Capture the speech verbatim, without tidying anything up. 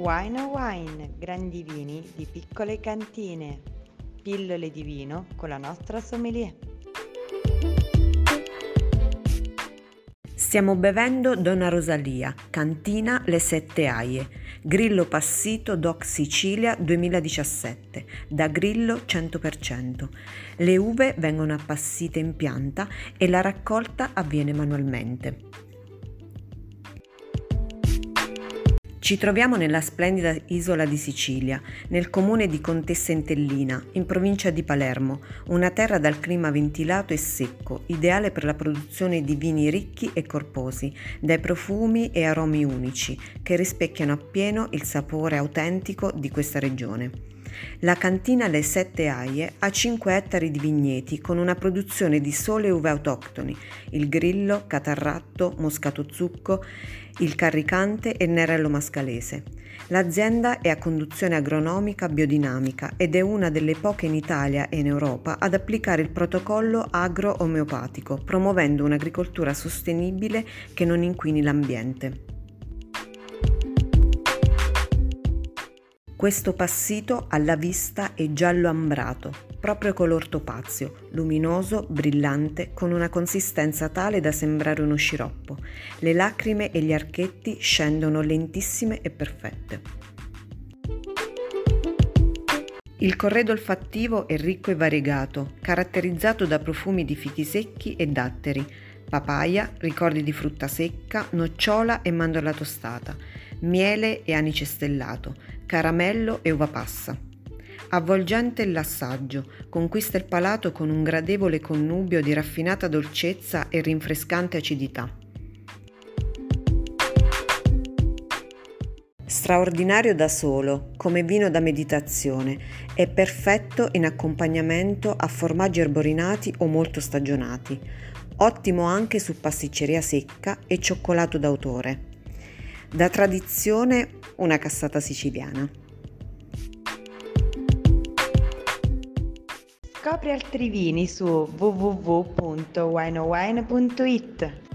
Wine o Wine, grandi vini di piccole cantine, pillole di vino con la nostra sommelier. Stiamo bevendo Donna Rosalia, Cantina Le Sette Aie, Grillo Passito Doc Sicilia duemiladiciassette, da Grillo cento per cento. Le uve vengono appassite in pianta e la raccolta avviene manualmente. Ci troviamo nella splendida isola di Sicilia, nel comune di Contessa Entellina, in provincia di Palermo, una terra dal clima ventilato e secco, ideale per la produzione di vini ricchi e corposi, dai profumi e aromi unici, che rispecchiano appieno il sapore autentico di questa regione. La cantina Le Sette Aie ha cinque ettari di vigneti con una produzione di sole uve autoctoni, il Grillo, Catarratto, Moscato Zucco, il Carricante e il Nerello Mascalese. L'azienda è a conduzione agronomica biodinamica ed è una delle poche in Italia e in Europa ad applicare il protocollo agro-omeopatico, promuovendo un'agricoltura sostenibile che non inquini l'ambiente. Questo passito alla vista è giallo ambrato, proprio color topazio, luminoso, brillante, con una consistenza tale da sembrare uno sciroppo. Le lacrime e gli archetti scendono lentissime e perfette. Il corredo olfattivo è ricco e variegato, caratterizzato da profumi di fichi secchi e datteri, papaya, ricordi di frutta secca, nocciola e mandorla tostata, miele e anice stellato, caramello e uva passa. Avvolgente l'assaggio, conquista il palato con un gradevole connubio di raffinata dolcezza e rinfrescante acidità. Straordinario da solo, come vino da meditazione, è perfetto in accompagnamento a formaggi arborinati o molto stagionati, ottimo anche su pasticceria secca e cioccolato d'autore. Da tradizione una cassata siciliana. Scopri altri vini su w w w punto wine o wine punto it.